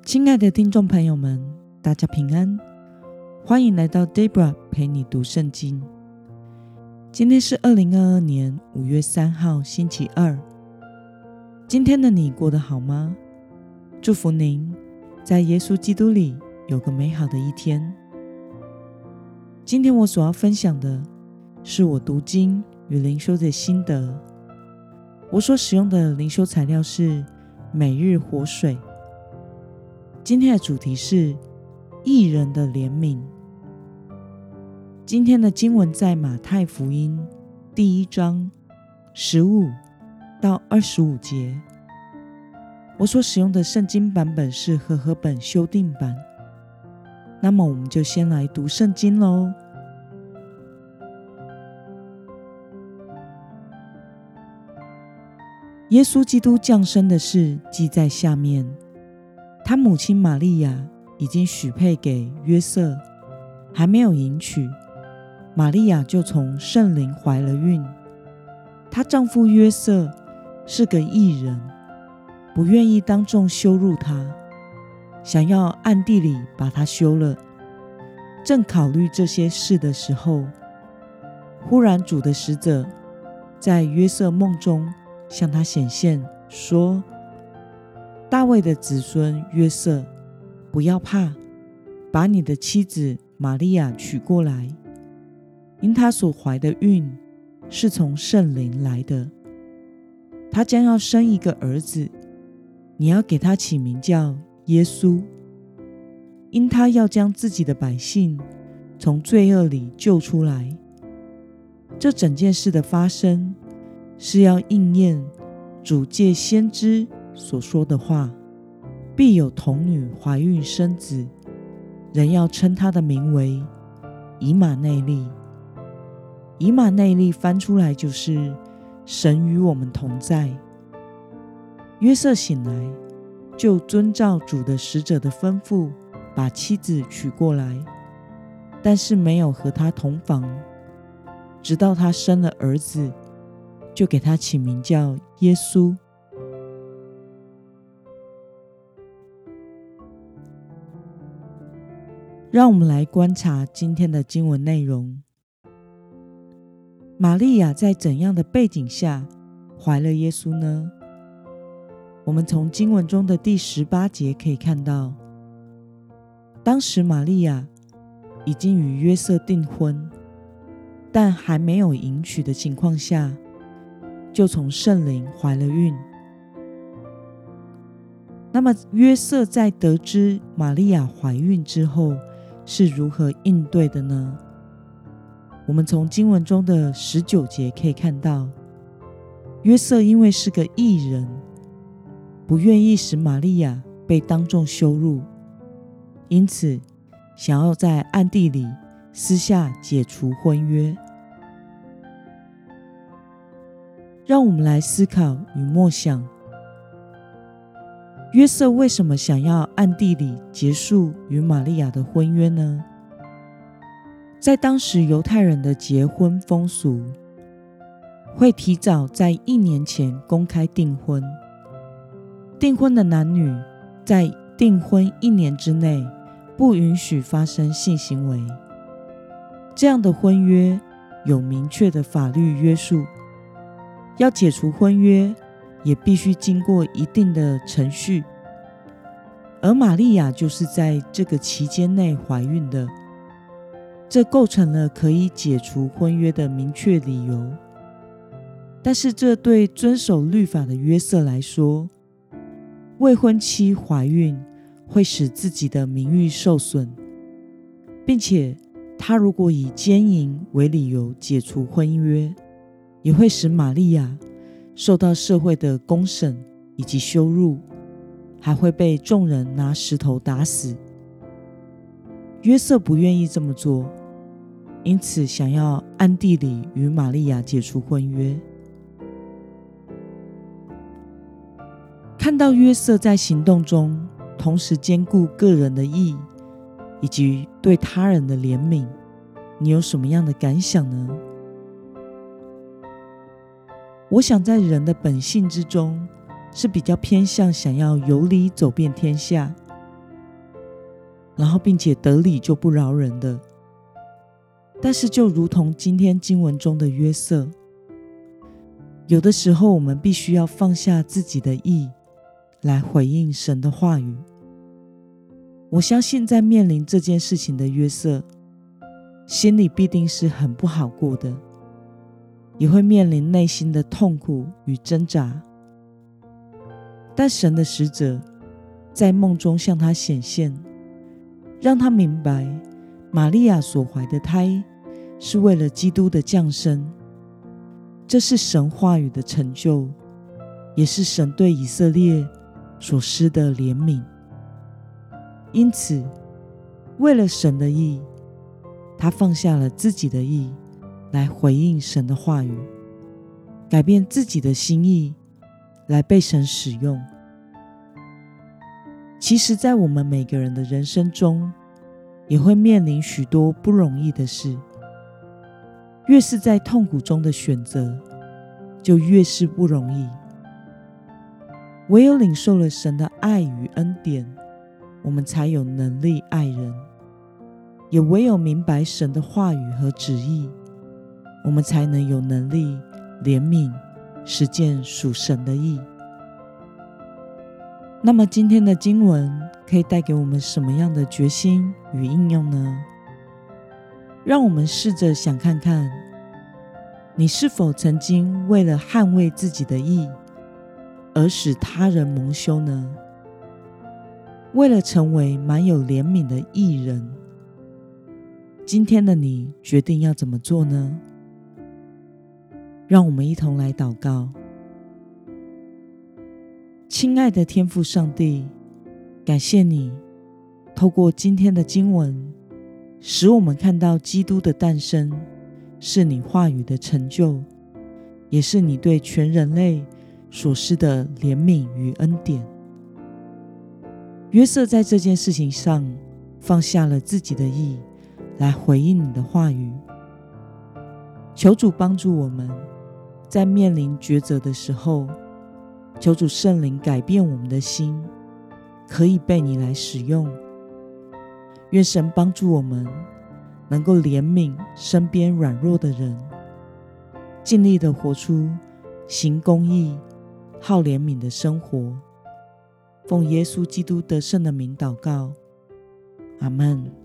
亲爱的听众朋友们，大家平安，欢迎来到 Debra 陪你读圣经。今天是2022年5月3号星期二。今天的你过得好吗？祝福您在耶稣基督里有个美好的一天。今天我所要分享的是我读经与灵修的心得。我所使用的灵修材料是每日活水。今天的主题是义人的怜悯。今天的经文在马太福音第1章15到25节。我所使用的圣经版本是和合本修订版。那么我们就先来读圣经咯。耶稣基督降生的事记在下面。他母亲玛利亚已经许配给约瑟，还没有迎娶，玛利亚就从圣灵怀了孕。她丈夫约瑟是个义人，不愿意当众羞辱她，想要暗地里把她休了。正考虑这些事的时候，忽然主的使者在约瑟梦中向他显现，说：大卫的子孙约瑟，不要怕，把你的妻子玛利亚娶过来，因她所怀的孕是从圣灵来的。她将要生一个儿子，你要给他起名叫耶稣，因他要将自己的百姓从罪恶里救出来。这整件事的发生，是要应验主借先知所说的话，必有童女怀孕生子，人要称他的名为以马内利。以马内利翻出来就是神与我们同在。约瑟醒来，就遵照主的使者的吩咐，把妻子娶过来，但是没有和他同房，直到他生了儿子，就给他起名叫耶稣。让我们来观察今天的经文内容。玛利亚在怎样的背景下怀了耶稣呢？我们从经文中的第18节可以看到，当时玛利亚已经与约瑟订婚，但还没有迎娶的情况下，就从圣灵怀了孕。那么约瑟在得知玛利亚怀孕之后是如何应对的呢？我们从经文中的19节可以看到，约瑟因为是个义人，不愿意使玛利亚被当众羞辱，因此想要在暗地里私下解除婚约。让我们来思考与默想，约瑟为什么想要暗地里结束与玛利亚的婚约呢？在当时犹太人的结婚风俗，会提早在1年前公开订婚。订婚的男女在订婚1年之内不允许发生性行为。这样的婚约有明确的法律约束，要解除婚约也必须经过一定的程序，而玛利亚就是在这个期间内怀孕的，这构成了可以解除婚约的明确理由。但是这对遵守律法的约瑟来说，未婚妻怀孕会使自己的名誉受损，并且他如果以奸淫为理由解除婚约，也会使玛利亚受到社会的公审以及羞辱，还会被众人拿石头打死。约瑟不愿意这么做，因此想要暗地里与玛利亚解除婚约。看到约瑟在行动中同时兼顾个人的义以及对他人的怜悯，你有什么样的感想呢？我想在人的本性之中是比较偏向想要游离走遍天下， 然后并且得理就不饶人的。但是就如同今天经文中的约瑟，有的时候我们必须要放下自己的义来回应神的话语。我相信在面临这件事情的约瑟，心里必定是很不好过的，也会面临内心的痛苦与挣扎。但神的使者在梦中向他显现，让他明白玛利亚所怀的胎是为了基督的降生，这是神话语的成就，也是神对以色列所施的怜悯。因此，为了神的义，他放下了自己的义，来回应神的话语，改变自己的心意，来被神使用。其实在我们每个人的人生中，也会面临许多不容易的事，越是在痛苦中的选择，就越是不容易。唯有领受了神的爱与恩典，我们才有能力爱人，也唯有明白神的话语和旨意，我们才能有能力怜悯，实践属神的义。那么今天的经文可以带给我们什么样的决心与应用呢？让我们试着想看看，你是否曾经为了捍卫自己的义而使他人蒙羞呢？为了成为满有怜悯的义人，今天的你决定要怎么做呢？让我们一同来祷告。亲爱的天父上帝，感谢你透过今天的经文，使我们看到基督的诞生是你话语的成就，也是你对全人类所施的怜悯与恩典。约瑟在这件事情上放下了自己的义，来回应你的话语。求主帮助我们，在面临抉择的时候，求主圣灵改变我们的心，可以被你来使用。愿神帮助我们能够怜悯身边软弱的人，尽力地活出行公义、好怜悯的生活。奉耶稣基督得胜的名祷告，阿们。